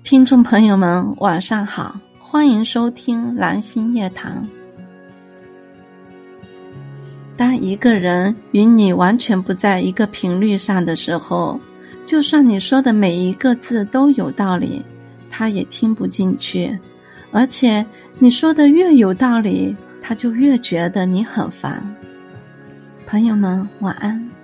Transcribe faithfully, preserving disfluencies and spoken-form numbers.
听众朋友们晚上好，欢迎收听蓝星夜谈。当一个人与你完全不在一个频率上的时候，就算你说的每一个字都有道理，他也听不进去，而且你说的越有道理，他就越觉得你很烦。朋友们晚安。